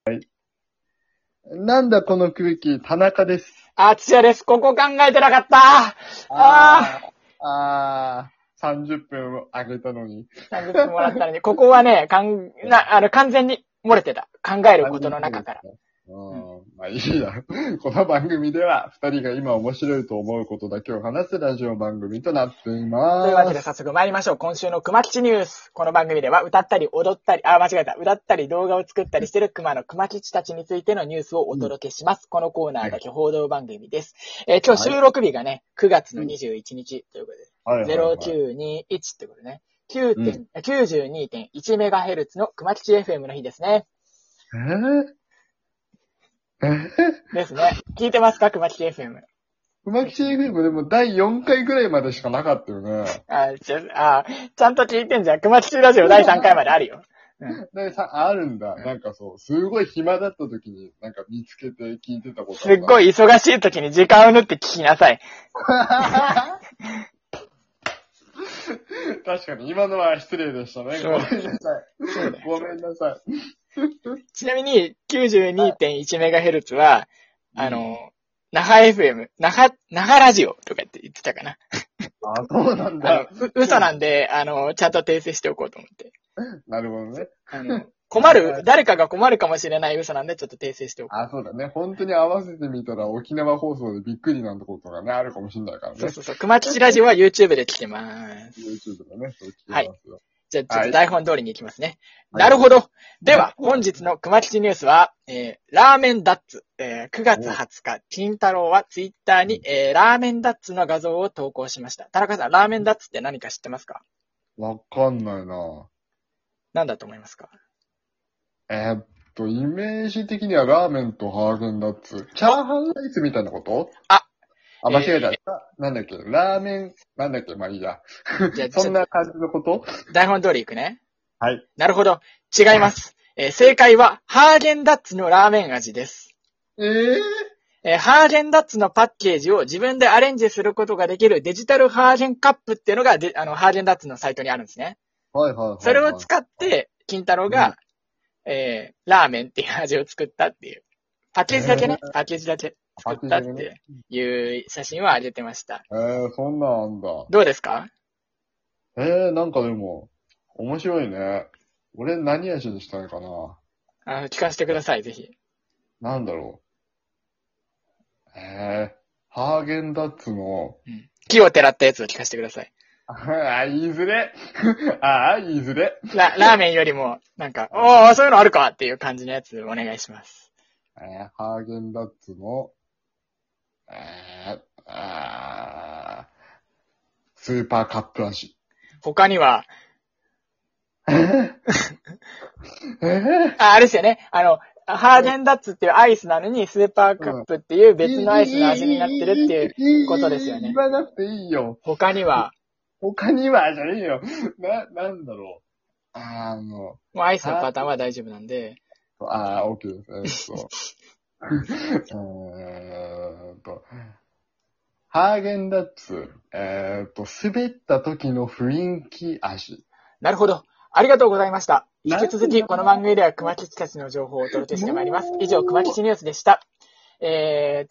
なんだこの空気、田中です。 土屋です。ここ考えてなかった 30分あげたのに。 30分もらったのに、ここはね、完全に漏れてた。考えることの中から。 まあいいや。この番組では、二人が今面白いと思うことだけを話すラジオ番組となっています。 というわけで早速参りましょう。今週の熊吉ニュース。この番組では歌ったり踊ったり、歌ったり動画を作ったりしている熊の熊吉たちについてのニュースをお届けします。このコーナーだけ報道番組です。今日収録日がね、9月の21日ということで、0921ということでね、92.1MHz の熊吉 FM の日ですね。ですね。聞いてますか熊吉 FM。 熊吉 FM でも第4回ぐらいまでしかなかったよね。 ちゃんと聞いてんじゃん。熊吉ラジオ第3回まであるよ。 あるんだ。なんかそう、すごい暇だった時になんか見つけて聞いてたことすっごい忙しい時に時間を縫って聞きなさい。 確かに今のは失礼でしたね。ごめんなさい。ごめんなさい。 ちなみに 92.1MHz は、那覇 FM、那覇ラジオとかって言ってたかな。 そうなんだ。 嘘なんで、ちゃんと訂正しておこうと思って。 なるほどね。 誰かが困るかもしれない嘘なんで、ちょっと訂正しておこう。 そうだね。本当に合わせてみたら沖縄放送でびっくりなんてことがね、あるかもしれないからね。 そう。熊吉ラジオは YouTube で聞けます。 YouTube でね、そう聞けますよ。 はい。じゃあ、ちょっと台本通りに行きますね。なるほど。では、本日の熊吉ニュースは、ラーメンダッツ。9月20日、金太郎はツイッターに、ラーメンダッツの画像を投稿しました。田中さん、ラーメンダッツって何か知ってますか？ わかんないな。 何だと思いますか？ イメージ的にはラーメンとハーゲンダッツ。チャーハンライスみたいなこと？間違えた。なんだっけラーメン、なんだっけまあいいや。そんな感じのこと？ 台本通り行くね。 はい。 なるほど。違います。正解は、ハーゲンダッツのラーメン味です。ハーゲンダッツのパッケージを自分でアレンジすることができるデジタルハーゲンカップっていうのがハーゲンダッツのサイトにあるんですね。 はい。 それを使って、金太郎が、ラーメンっていう味を作ったっていう。パッケージだけね。パッケージだけ作ったっていう写真を上げてました。 そんなんあんだ。 どうですか？ なんかでも、面白いね。俺何味にしたいかな。 聞かせてください、ぜひ。 なんだろう。ハーゲンダッツの、 木をてらったやつを聞かせてください。 言いづれ。言いづれ。 ラーメンよりも、なんか、そういうのあるかっていう感じのやつお願いします。 ハーゲンダッツの、スーパーカップ味。 他には、あれですよね。ハーゲンダッツっていうアイスなのに、スーパーカップっていう別のアイスの味になってるっていうことですよね。 言わなくていいよ。 他にはじゃねえよ。なんだろう。 もうアイスのパターンは大丈夫なんで。 OK です。ハーゲンダッツ、滑った時の雰囲気味。 なるほど。ありがとうございました。引き続き、この番組では熊吉たちの情報をお届けしてまいります。以上、熊吉ニュースでした。はい。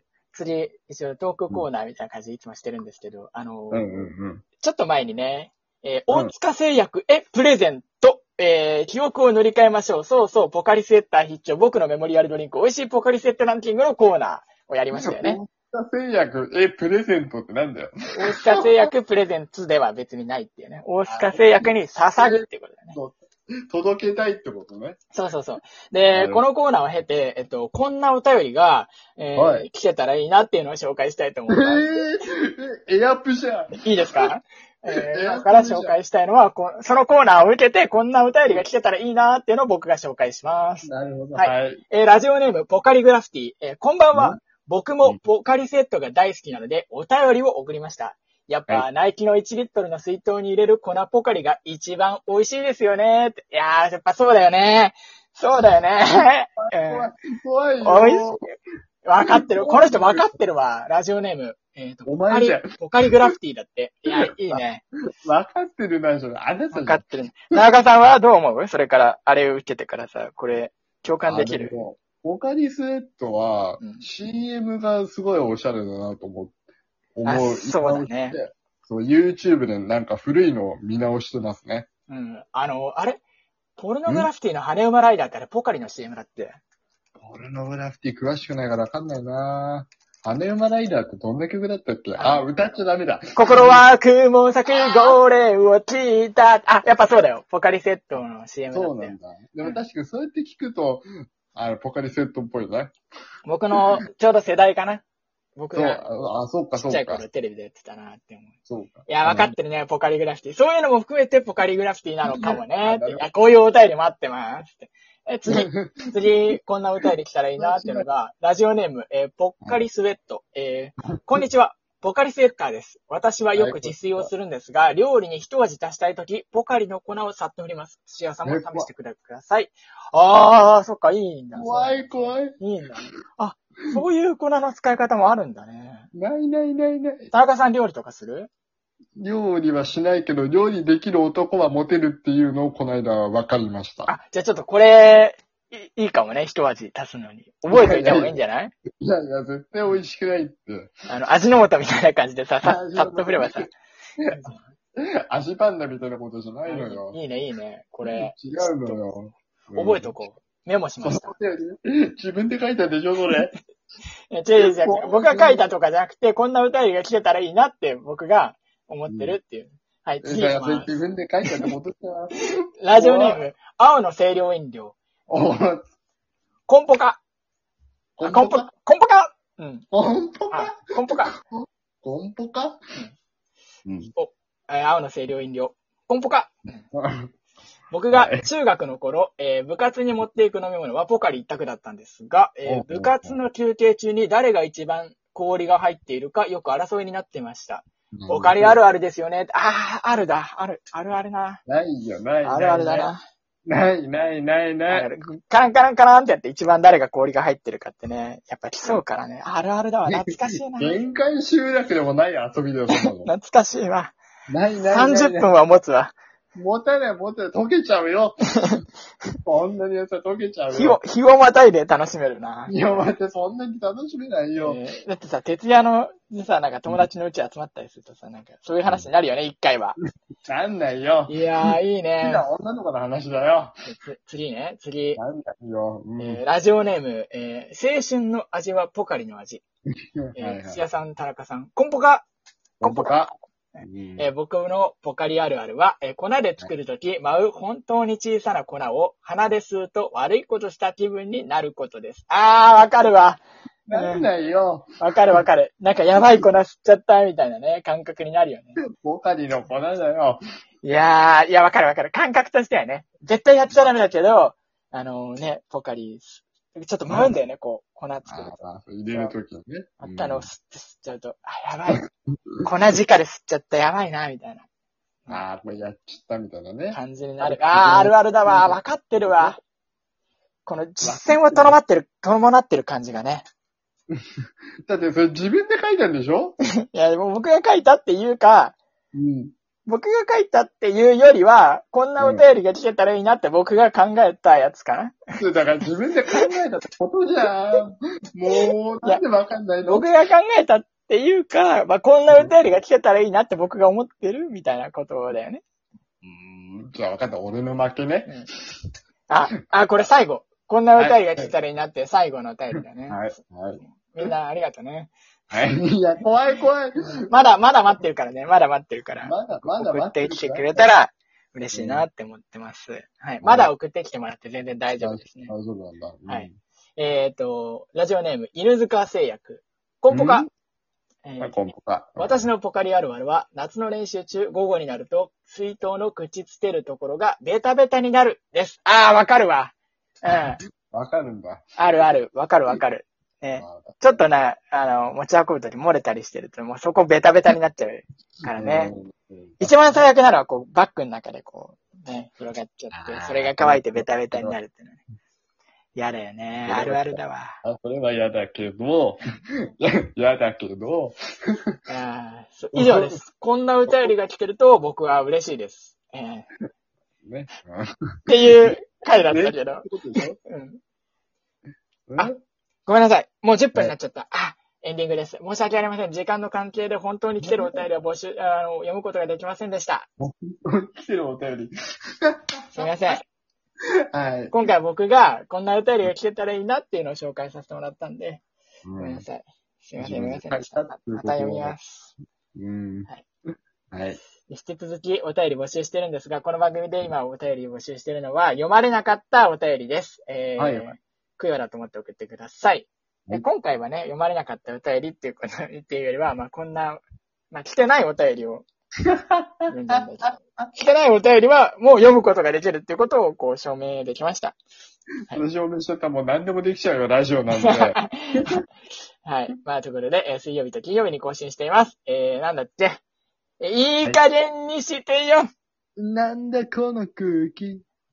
次、一応トークコーナーみたいな感じでいつもしてるんですけど、ちょっと前にね、大塚製薬プレゼント、記憶を塗り替えましょう。そう、ポカリスエッター必聴、僕のメモリアルドリンク、美味しいポカリスエッタランキングのコーナーをやりましたよね。 大塚製薬プレゼントってなんだよ。 大塚製薬プレゼンツでは別にないっていうね。大塚製薬に捧ぐっていうことだね。 届けたいってことね。 そう。で、このコーナーを経て、こんなお便りが、聞けたらいいなっていうのを紹介したいと思います。 エアプじゃん。 いいですか？だから紹介したいのは、そのコーナーを受けて、こんなお便りが聞けたらいいなっていうのを僕が紹介します。 なるほど。 はい。ラジオネーム、ポカリグラフィティ。こんばんは。僕もポカリセットが大好きなので、お便りを送りました。やっぱ、ナイキの1リットルの水筒に入れる粉ポカリが一番美味しいですよね。いやー、やっぱそうだよね。怖いよ。わかってる。この人わかってるわ。ラジオネーム、 ポカリグラフィティだって。いや、いいね。 わかってるな、それ。あなたわかってるね。田中さんはどう思う？それから、あれを受けてからさ、これ、共感できる？ ポカリスエットは、CM がすごいおしゃれだなと思う。 そうだね。 そう、YouTube でなんか古いのを見直してますね。 うん。あれポルノグラフィティの羽馬ライダーってあれポカリの CM だって。 ポルノグラフィティ詳しくないからわかんないなぁ。羽馬ライダーってどんな曲だったっけ？歌っちゃダメだ。 心は雲咲く号令を聞いた。やっぱそうだよ。ポカリセットの CM だって。 そうなんだ。でも確かにそうやって聞くと、ポカリセットっぽいね。 僕のちょうど世代かな。僕が。 そうか。ちっちゃい頃テレビでやってたなって思う。 そうか。 いや、わかってるね、ポカリグラフィティ。そういうのも含めてポカリグラフィティなのかもね。こういうお便り待ってます。次、こんなお便り来たらいいなっていうのが、ラジオネーム、ポッカリスウェット。こんにちは。ポカリスエッターです。私はよく自炊をするんですが、料理に一味足したいとき、ポカリの粉をさっと振ります。土屋さんも試してください。そっか、いいんだ。 怖い。 いいんだ。そういう粉の使い方もあるんだね。 ない。 田中さん料理とかする？ 料理はしないけど、料理できる男はモテるっていうのをこの間分かりました。 じゃあちょっとこれ、いいかもね、一味足すのに。覚えておいた方がいいんじゃない？ いや、絶対美味しくないって。 味の素みたいな感じでさっと振ればさ。 味パンダみたいなことじゃないのよ。 いいね。これ。 違うのよ。 覚えとこう。メモしました。 自分で書いたでしょ、それ。 違う。僕が書いたとかじゃなくて、こんな歌いが来てたらいいなって僕が思ってるっていう。はい、次行きます。 自分で書いたってことだ。 ラジオネーム、青の清涼飲料。コンポカ。コンポカうん。 コンポカコンポカコンポカうん。青の清涼飲料。コンポカ僕が中学の頃、部活に持っていく飲み物はポカリ一択だったんですが、部活の休憩中に誰が一番氷が入っているかよく争いになっていました。ポカリあるあるですよね。あるな。 ないよ。 あるあるだな。 ない。 カランカランってやって一番誰が氷が入ってるかってね、やっぱ競うからね。あるあるだわ。懐かしいな。 限界集落でもない遊びだよ、そんなの。 懐かしいわ。 ない。 30分は持つわ。 持たない。溶けちゃうよ。そんなにやつは溶けちゃうよ。 日をまたいで楽しめるな。 いや、待って、そんなに楽しめないよ。 だってさ、徹夜の、なんか友達のうち集まったりするとさ、なんか、そういう話になるよね、一回は。 なんないよ。 いやー、いいね。 女の子の話だよ。 次。なんだよ。 ラジオネーム、青春の味はポカリの味。土屋さん、田中さん、コンポカ。僕のポカリあるあるは、粉で作るとき、舞う本当に小さな粉を鼻で吸うと悪いことした気分になることです。わかるわ。 なんないよ。 わかる。なんかやばい粉吸っちゃったみたいなね、感覚になるよね。 ポカリの粉だよ。 いや、わかる。感覚としてはね。絶対やっちゃダメだけど、ポカリ、ちょっと舞うんだよね、こう、粉作ると。 入れるときにね。 吸っちゃうと、やばい。粉直で吸っちゃった、やばいな、みたいな。 これやっちゃったみたいなね。 感じになる。あるあるだわ。わかってるわ。この実践を伴ってる感じがね。 だってそれ自分で書いたんでしょ？ いや、もう僕が書いたっていうか、僕が書いたっていうよりは、こんなお便りが聞けたらいいなって僕が考えたやつかな。 だから自分で考えたってことじゃん。もう、なんでわかんないの？ 僕が考えたっていうか、こんなお便りが聞けたらいいなって僕が思ってるみたいなことだよね。 じゃあわかった。俺の負けね。 これ最後。こんなお便りが聞けたらいいなって最後のお便りだね。 はい。 みんなありがとうね。 はい。いや、怖い。 まだ待ってるからね。まだ待ってるから。 まだ送ってきてくれたら嬉しいなって思ってます。はい。まだ送ってきてもらって全然大丈夫ですね。 大丈夫なんだ。 はい。ラジオネーム、犬塚製薬。コンポカ。 コンポカ。 私のポカリあるあるは、夏の練習中、午後になると、水筒の口つけるところがベタベタになるです。わかるわ。 わかるんだ。 ある。わかる。ね、ちょっとね、持ち運ぶとき漏れたりしてると、もうそこベタベタになっちゃうからね。一番最悪なのは、バッグの中で広がっちゃって、それが乾いてベタベタになるっていうのね。 嫌だよね。あるあるだわ。 それは嫌だけど、嫌だけど。 以上です。こんなお便りが来てると僕は嬉しいです。ね。っていう回だったけど。ごめんなさい。もう10分になっちゃった。エンディングです。申し訳ありません。時間の関係で本当に来てるお便りは読むことができませんでした。 本当に来てるお便り。 すみません。 はい。 今回僕がこんなお便りが来てたらいいなっていうのを紹介させてもらったんで、ごめんなさい。すみませんでした。また読みます。はい。引き続きお便り募集してるんですが、この番組で今お便り募集してるのは読まれなかったお便りです。供養だと思って送ってください。今回はね、読まれなかったお便りっていうよりは、こんな、来てないお便りを読んだんです。来てないお便りはもう読むことができるっていうことを証明できました。 証明してたらもう何でもできちゃうよ、ラジオなんで。 はい。ということで、水曜日と金曜日に更新しています。なんだっけ。いい加減にしてよ、 なんだこの空気。